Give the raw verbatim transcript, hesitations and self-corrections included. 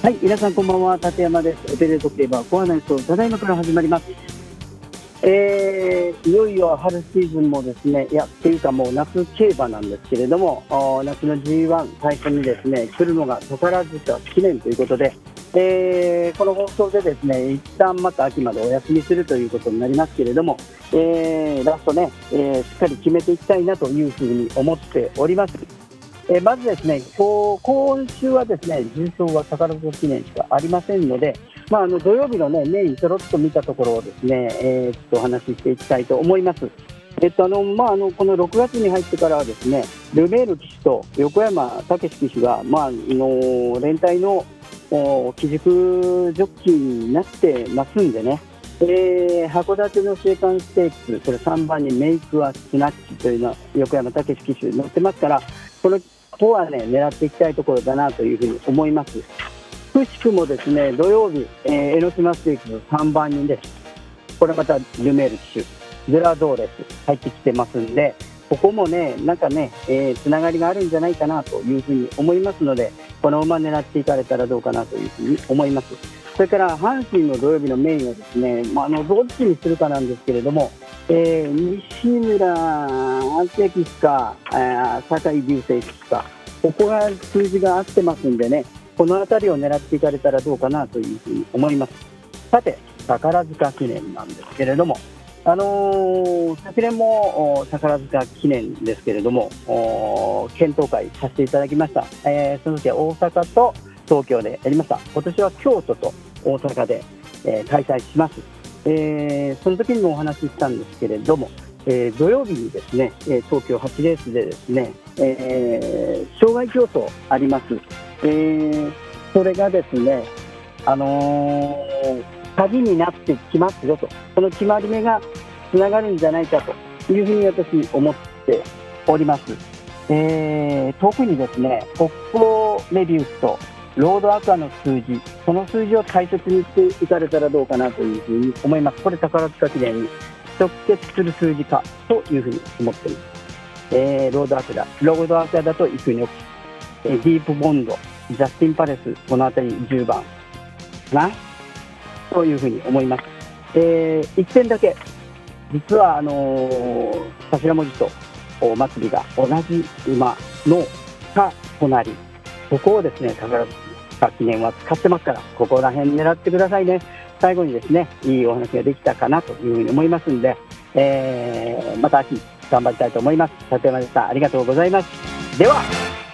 はい、皆さんこんばんは、立山です。オペレート競馬コアナイト、ただいまから始まります。えー、いよいよ春シーズンもですね、いや、っていうかもう夏競馬なんですけれども、夏の ジーワン 最初にですね、来るのが宝塚記念ということで、えー、この放送でですね、一旦また秋までお休みするということになりますけれども、えー、ラストね、えー、しっかり決めていきたいなというふうに思っております。えー、まずですね、今今週はですね、重賞は宝塚記念しかありませんので、まあ、あの土曜日の、ね、メインちょろっと見たところをですね、えー、ちょっとお話ししていきたいと思います。えっとあのまあ、あのこのろくがつに入ってからはですね、ルメール騎手と横山武史騎手が、まあ、の連帯の騎軸ジョッキーになってますんでね、えー、函館の青函ステークス、これさんばんにメイクはスナッチというのは横山武史騎手乗ってますから、このここはね狙っていきたいところだなというふうに思います。くしくもですね土曜日、えー、江ノ島ステークスさんばんにんです。これまたルメール騎手ゼラドーレス入ってきてますんで、ここもねなんかね、えー、つながりがあるんじゃないかなというふうに思いますので、この馬狙っていかれたらどうかなというふうに思います。それから阪神の土曜日のメインはですね、まあ、あのどっちにするかなんですけれども、えー、西村安定騎手か、えー、酒井隆成騎手か、ここが数字が合ってますんでね、この辺りを狙っていかれたらどうかなというふうに思います。さて、宝塚記念なんですけれども、あのー、昨年も宝塚記念ですけれども、検討会させていただきました。えー、その時は大阪と東京でやりました。今年は京都と大阪で、えー、開催します。えー、その時にもお話ししたんですけれども、えー、土曜日にですね、東京はちレースでですね、えー、障害競争あります。えー、それがですね、あのー、鍵になってきますよと、その決まり目がつながるんじゃないかというふうに私思っております。えー、特にですね、北方メビウスとロードアクアの数字、その数字を大切にしていかれたらどうかなというふうに思います。これ宝塚記念に直結する数字かというふうに思っています。えー、ロードアクアロードアクアだとイクニョクス、えー、ディープボンド、ジャスティンパレス、この辺りじゅうばんかなというふうに思います。えー、いってんだけ実はあのー、頭文字とお祭りが同じ馬のか隣、ここをですね宝塚記念は使ってますから、ここら辺狙ってくださいね。最後にですねいいお話ができたかなというふうに思いますので、えー、また秋頑張りたいと思います。立山でした。ありがとうございます。では。